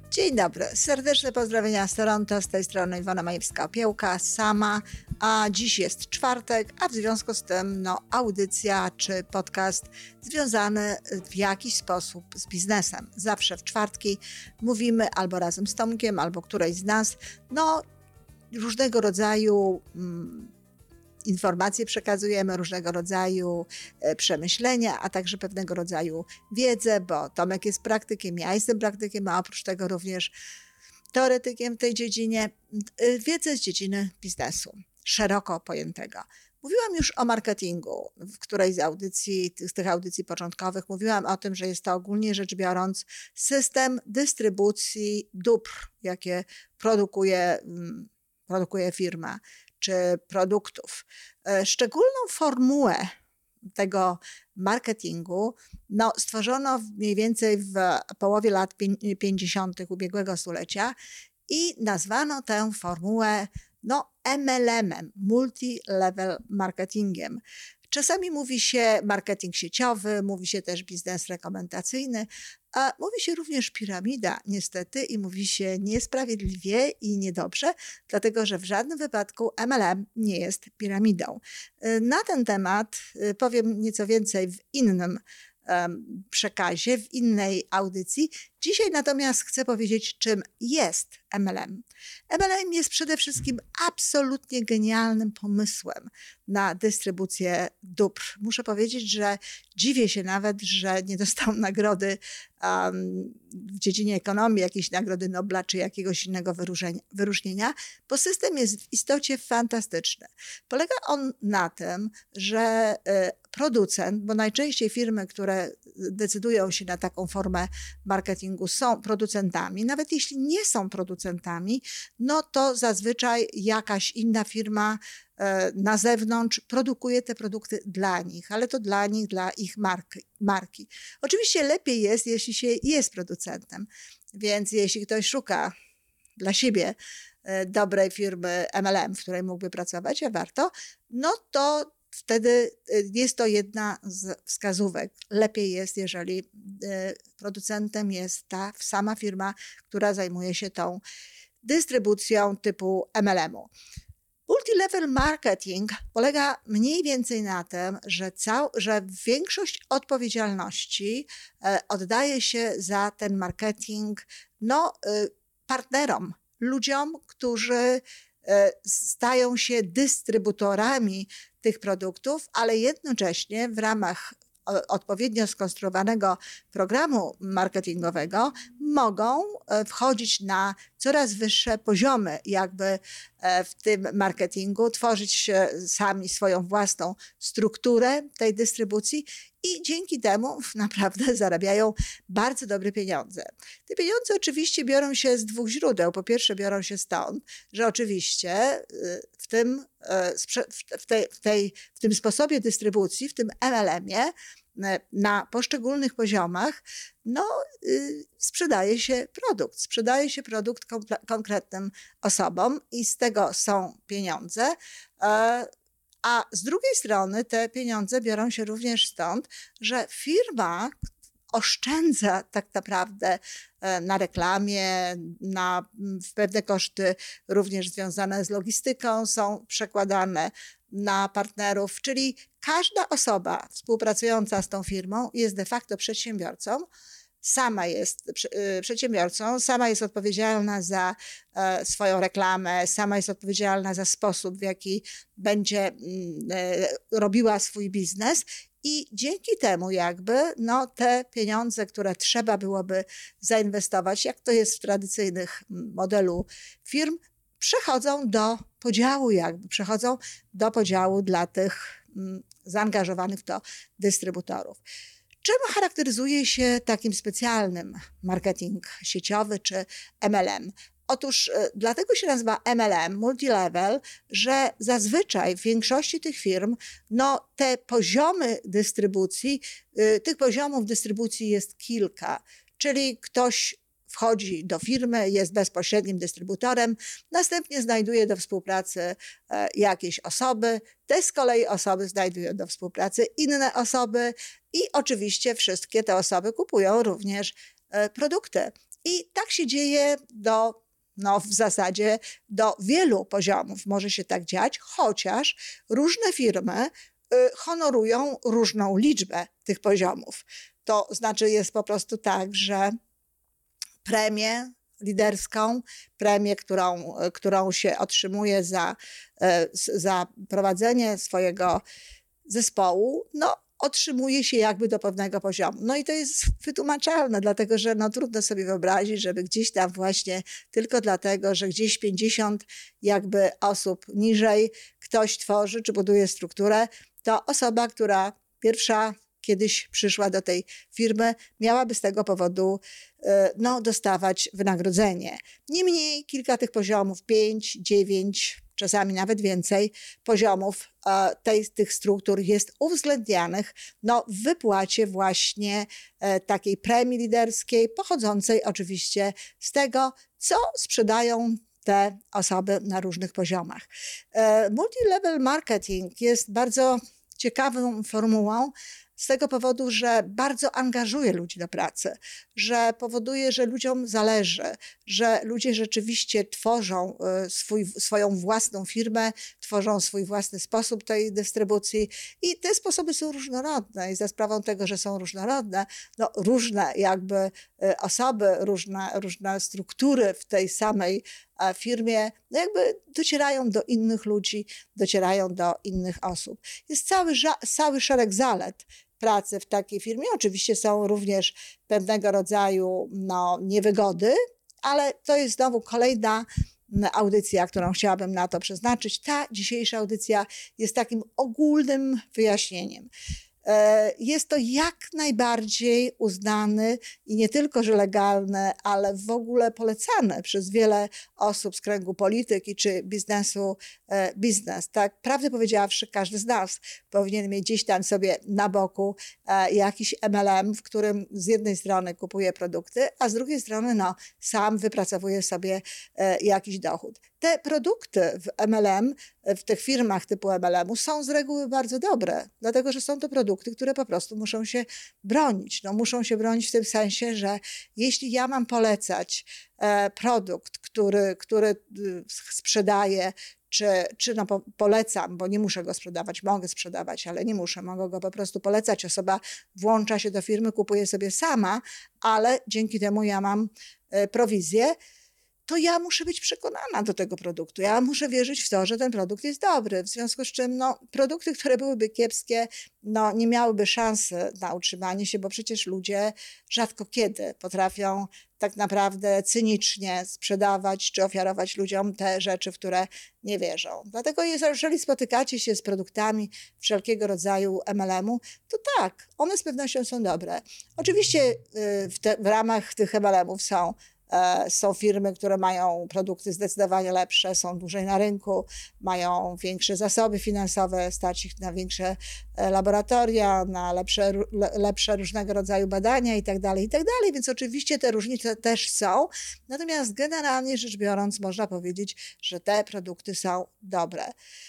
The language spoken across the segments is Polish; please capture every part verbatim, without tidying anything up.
Dzień dobry, serdeczne pozdrowienia z Toronto, z tej strony Iwona Majewska-Opiełka, sama, a dziś jest czwartek, a w związku z tym no, audycja czy podcast związany w jakiś sposób z biznesem. Zawsze w czwartki mówimy albo razem z Tomkiem, albo którejś z nas, no różnego rodzaju mm, informacje przekazujemy, różnego rodzaju e, przemyślenia, a także pewnego rodzaju wiedzę, bo Tomek jest praktykiem, ja jestem praktykiem, a oprócz tego również teoretykiem w tej dziedzinie, e, wiedzę z dziedziny biznesu, szeroko pojętego. Mówiłam już o marketingu w którejś z audycji, z tych audycji początkowych. Mówiłam o tym, że jest to ogólnie rzecz biorąc system dystrybucji dóbr, jakie produkuje, produkuje firma, czy produktów. Szczególną formułę tego marketingu no, stworzono mniej więcej w połowie lat pięćdziesiątych ubiegłego stulecia i nazwano tę formułę no, M L M-em, multi-level marketingiem. Czasami mówi się marketing sieciowy, mówi się też biznes rekomendacyjny, a mówi się również piramida niestety i mówi się niesprawiedliwie i niedobrze, dlatego że w żadnym wypadku M L M nie jest piramidą. Na ten temat powiem nieco więcej w innym um, przekazie, w innej audycji. Dzisiaj natomiast chcę powiedzieć, czym jest M L M. M L M jest przede wszystkim absolutnie genialnym pomysłem na dystrybucję dóbr. Muszę powiedzieć, że dziwię się nawet, że nie dostał nagrody um, w dziedzinie ekonomii, jakiejś nagrody Nobla czy jakiegoś innego wyróżnienia, bo system jest w istocie fantastyczny. Polega on na tym, że y, producent, bo najczęściej firmy, które decydują się na taką formę marketingu, są producentami. Nawet jeśli nie są producentami, no to zazwyczaj jakaś inna firma na zewnątrz produkuje te produkty dla nich, ale to dla nich, dla ich marki. marki. Oczywiście lepiej jest, jeśli się jest producentem, więc jeśli ktoś szuka dla siebie dobrej firmy M L M, w której mógłby pracować, a warto, no to wtedy jest to jedna z wskazówek. Lepiej jest, jeżeli producentem jest ta sama firma, która zajmuje się tą dystrybucją typu M L M-u. Multi-level marketing polega mniej więcej na tym, że, cał, że większość odpowiedzialności oddaje się za ten marketing no, partnerom, ludziom, którzy stają się dystrybutorami tych produktów, ale jednocześnie w ramach odpowiednio skonstruowanego programu marketingowego mogą wchodzić na coraz wyższe poziomy jakby w tym marketingu, tworzyć sami swoją własną strukturę tej dystrybucji i dzięki temu naprawdę zarabiają bardzo dobre pieniądze. Te pieniądze oczywiście biorą się z dwóch źródeł. Po pierwsze biorą się stąd, że oczywiście w tym, w tej, w tej, w tym sposobie dystrybucji, w tym M L M-ie na poszczególnych poziomach no, y, sprzedaje się produkt. Sprzedaje się produkt komple- konkretnym osobom i z tego są pieniądze. Y, a z drugiej strony te pieniądze biorą się również stąd, że firma oszczędza tak naprawdę na reklamie, na pewne koszty również związane z logistyką są przekładane na partnerów, czyli każda osoba współpracująca z tą firmą jest de facto przedsiębiorcą, sama jest przedsiębiorcą, sama jest odpowiedzialna za swoją reklamę, sama jest odpowiedzialna za sposób, w jaki będzie robiła swój biznes i dzięki temu jakby no, te pieniądze, które trzeba byłoby zainwestować, jak to jest w tradycyjnych modelu firm, przechodzą do podziału jakby, przechodzą do podziału dla tych mm, zaangażowanych w to dystrybutorów. Czym charakteryzuje się takim specjalnym marketing sieciowy czy M L M? Otóż dlatego się nazywa M L M, multilevel, że zazwyczaj w większości tych firm no, te poziomy dystrybucji, tych poziomów dystrybucji jest kilka, czyli ktoś wchodzi do firmy, jest bezpośrednim dystrybutorem, następnie znajduje do współpracy jakieś osoby, te z kolei osoby znajdują do współpracy inne osoby i oczywiście wszystkie te osoby kupują również produkty. I tak się dzieje do, no w zasadzie do wielu poziomów może się tak dziać, chociaż różne firmy y, honorują różną liczbę tych poziomów. To znaczy jest po prostu tak, że premię liderską, premię, którą, którą się otrzymuje za, za prowadzenie swojego zespołu, no otrzymuje się jakby do pewnego poziomu. No i to jest wytłumaczalne, dlatego że no, trudno sobie wyobrazić, żeby gdzieś tam właśnie tylko dlatego, że gdzieś pięćdziesiąt jakby osób niżej ktoś tworzy czy buduje strukturę, to osoba, która pierwsza kiedyś przyszła do tej firmy, miałaby z tego powodu no, dostawać wynagrodzenie. Niemniej kilka tych poziomów, pięć, dziewięć, czasami nawet więcej poziomów tej, tych struktur jest uwzględnianych no, w wypłacie właśnie takiej premii liderskiej, pochodzącej oczywiście z tego, co sprzedają te osoby na różnych poziomach. Multi-level marketing jest bardzo ciekawą formułą, z tego powodu, że bardzo angażuje ludzi do pracy, że powoduje, że ludziom zależy, że ludzie rzeczywiście tworzą swój, swoją własną firmę, tworzą swój własny sposób tej dystrybucji i te sposoby są różnorodne i za sprawą tego, że są różnorodne, no różne jakby osoby, różne, różne struktury w tej samej firmie, no jakby docierają do innych ludzi, docierają do innych osób. Jest cały, cały szereg zalet pracy w takiej firmie. Oczywiście są również pewnego rodzaju no, niewygody, ale to jest znowu kolejna audycja, którą chciałabym na to przeznaczyć. Ta dzisiejsza audycja jest takim ogólnym wyjaśnieniem. Jest to jak najbardziej uznany i nie tylko, że legalny, ale w ogóle polecany przez wiele osób z kręgu polityki czy biznesu biznes. Tak, prawdę powiedziawszy, każdy z nas powinien mieć gdzieś tam sobie na boku jakiś M L M, w którym z jednej strony kupuje produkty, a z drugiej strony no, sam wypracowuje sobie jakiś dochód. Te produkty w M L M, w tych firmach typu M L M-u są z reguły bardzo dobre, dlatego że są to produkty, które po prostu muszą się bronić. No, muszą się bronić w tym sensie, że jeśli ja mam polecać e, produkt, który, który sprzedaję, czy, czy no po, polecam, bo nie muszę go sprzedawać, mogę sprzedawać, ale nie muszę, mogę go po prostu polecać. Osoba włącza się do firmy, kupuje sobie sama, ale dzięki temu ja mam e, prowizję, to ja muszę być przekonana do tego produktu. Ja muszę wierzyć w to, że ten produkt jest dobry. W związku z czym no, produkty, które byłyby kiepskie, no, nie miałyby szansy na utrzymanie się, bo przecież ludzie rzadko kiedy potrafią tak naprawdę cynicznie sprzedawać czy ofiarować ludziom te rzeczy, w które nie wierzą. Dlatego jeżeli spotykacie się z produktami wszelkiego rodzaju M L M-u, to tak, one z pewnością są dobre. Oczywiście w, te, w ramach tych M L M-ów są Są firmy, które mają produkty zdecydowanie lepsze, są dłużej na rynku, mają większe zasoby finansowe, stać ich na większe laboratoria, na lepsze, lepsze różnego rodzaju badania itd., itd., więc oczywiście te różnice też są. Natomiast generalnie rzecz biorąc można powiedzieć, że te produkty są dobre.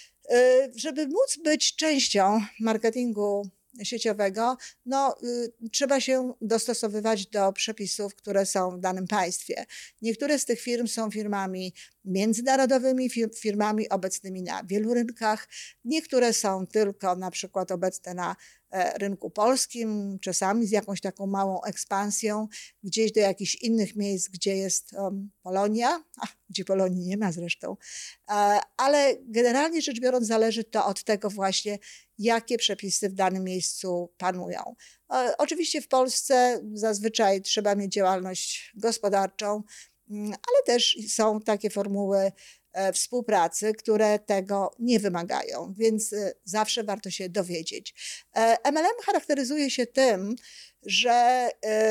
Żeby móc być częścią marketingu sieciowego, no, y, trzeba się dostosowywać do przepisów, które są w danym państwie. Niektóre z tych firm są firmami międzynarodowymi, fir firmami obecnymi na wielu rynkach. Niektóre są tylko na przykład obecne na e, rynku polskim, czasami z jakąś taką małą ekspansją, gdzieś do jakichś innych miejsc, gdzie jest um, Polonia, a, gdzie Polonii nie ma zresztą, e, ale generalnie rzecz biorąc zależy to od tego właśnie, jakie przepisy w danym miejscu panują. E, oczywiście w Polsce zazwyczaj trzeba mieć działalność gospodarczą, ale też są takie formuły współpracy, które tego nie wymagają, więc zawsze warto się dowiedzieć. M L M charakteryzuje się tym, że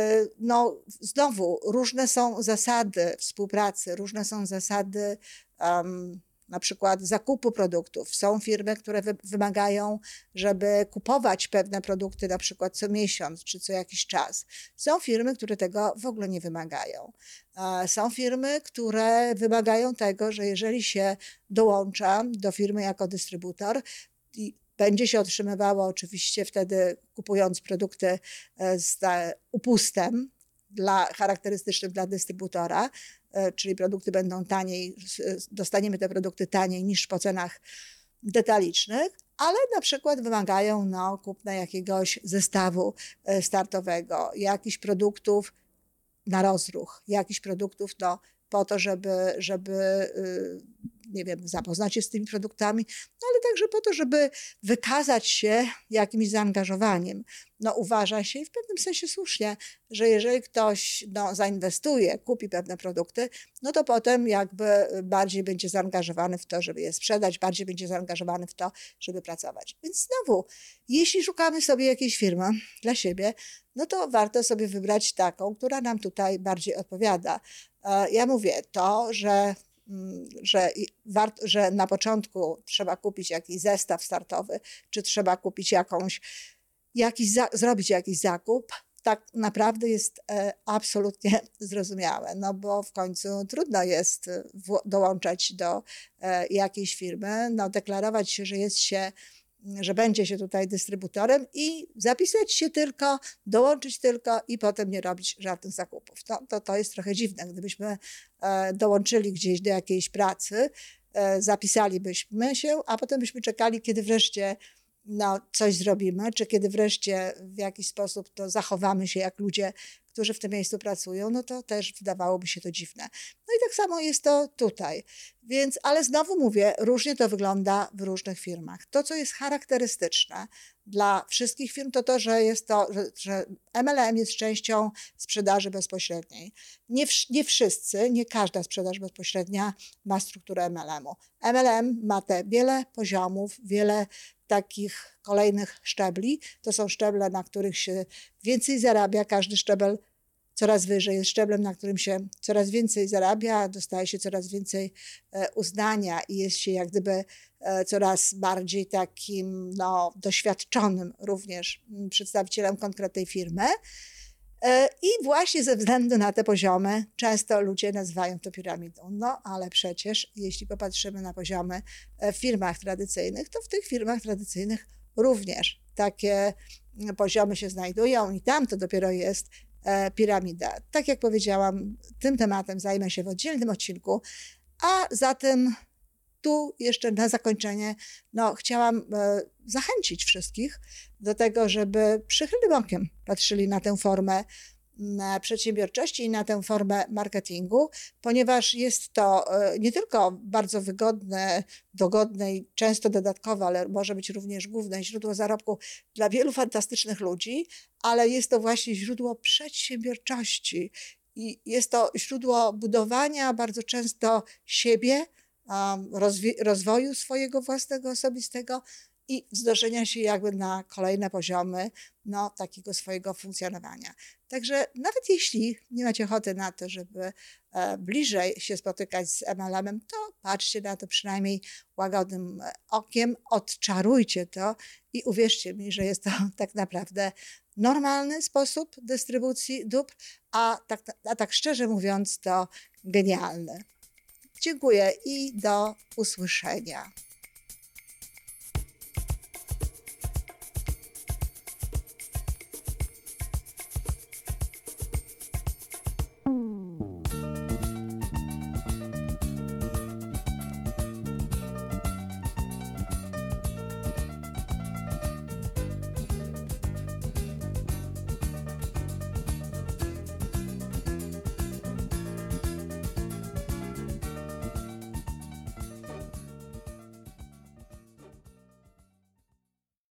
no, znowu różne są zasady współpracy, różne są zasady um, na przykład zakupu produktów. Są firmy, które wy wymagają, żeby kupować pewne produkty na przykład co miesiąc czy co jakiś czas. Są firmy, które tego w ogóle nie wymagają. Są firmy, które wymagają tego, że jeżeli się dołącza do firmy jako dystrybutor, i będzie się otrzymywało oczywiście wtedy kupując produkty z upustem, dla, charakterystycznym dla dystrybutora, czyli produkty będą taniej, dostaniemy te produkty taniej niż po cenach detalicznych, ale na przykład wymagają no, kupna jakiegoś zestawu startowego, jakichś produktów na rozruch, jakichś produktów no, po to, żeby, żeby nie wiem, zapoznać się z tymi produktami, no ale także po to, żeby wykazać się jakimś zaangażowaniem. No uważa się i w pewnym sensie słusznie, że jeżeli ktoś no, zainwestuje, kupi pewne produkty, no to potem jakby bardziej będzie zaangażowany w to, żeby je sprzedać, bardziej będzie zaangażowany w to, żeby pracować. Więc znowu, jeśli szukamy sobie jakiejś firmy dla siebie, no to warto sobie wybrać taką, która nam tutaj bardziej odpowiada. Ja mówię to, że Że, wart, że na początku trzeba kupić jakiś zestaw startowy, czy trzeba kupić jakąś, jakiś za, zrobić jakiś zakup, tak naprawdę jest e, absolutnie zrozumiałe, no bo w końcu trudno jest w, dołączać do e, jakiejś firmy, no deklarować się, że jest się że będzie się tutaj dystrybutorem i zapisać się tylko, dołączyć tylko i potem nie robić żadnych zakupów. To, to, to jest trochę dziwne. Gdybyśmy e, dołączyli gdzieś do jakiejś pracy, e, zapisalibyśmy się, a potem byśmy czekali, kiedy wreszcie no, coś zrobimy, czy kiedy wreszcie w jakiś sposób to zachowamy się jak ludzie, którzy w tym miejscu pracują, no to też wydawałoby się to dziwne. No i tak samo jest to tutaj. Więc, ale znowu mówię, różnie to wygląda w różnych firmach. To, co jest charakterystyczne dla wszystkich firm, to to, że jest to, że, że M L M jest częścią sprzedaży bezpośredniej. Nie, w, nie wszyscy, nie każda sprzedaż bezpośrednia ma strukturę M L M-u. M L M ma te wiele poziomów, wiele takich kolejnych szczebli. To są szczeble, na których się więcej zarabia. Każdy szczebel coraz wyżej jest szczeblem, na którym się coraz więcej zarabia, dostaje się coraz więcej uznania i jest się jak gdyby coraz bardziej takim no, doświadczonym również przedstawicielem konkretnej firmy. I właśnie ze względu na te poziomy często ludzie nazywają to piramidą. No ale przecież jeśli popatrzymy na poziomy w firmach tradycyjnych, to w tych firmach tradycyjnych również takie poziomy się znajdują i tam to dopiero jest piramida. Tak jak powiedziałam, tym tematem zajmę się w oddzielnym odcinku, a zatem tu jeszcze na zakończenie no, chciałam zachęcić wszystkich do tego, żeby przychylnym okiem patrzyli na tę formę przedsiębiorczości i na tę formę marketingu, ponieważ jest to nie tylko bardzo wygodne, dogodne i często dodatkowe, ale może być również główne źródło zarobku dla wielu fantastycznych ludzi, ale jest to właśnie źródło przedsiębiorczości i jest to źródło budowania bardzo często siebie, rozwoju swojego własnego, osobistego i wznoszenia się jakby na kolejne poziomy no, takiego swojego funkcjonowania. Także nawet jeśli nie macie ochoty na to, żeby bliżej się spotykać z M L M-em, to patrzcie na to przynajmniej łagodnym okiem, odczarujcie to i uwierzcie mi, że jest to tak naprawdę normalny sposób dystrybucji dóbr, a tak, a tak szczerze mówiąc to genialny. Dziękuję i do usłyszenia.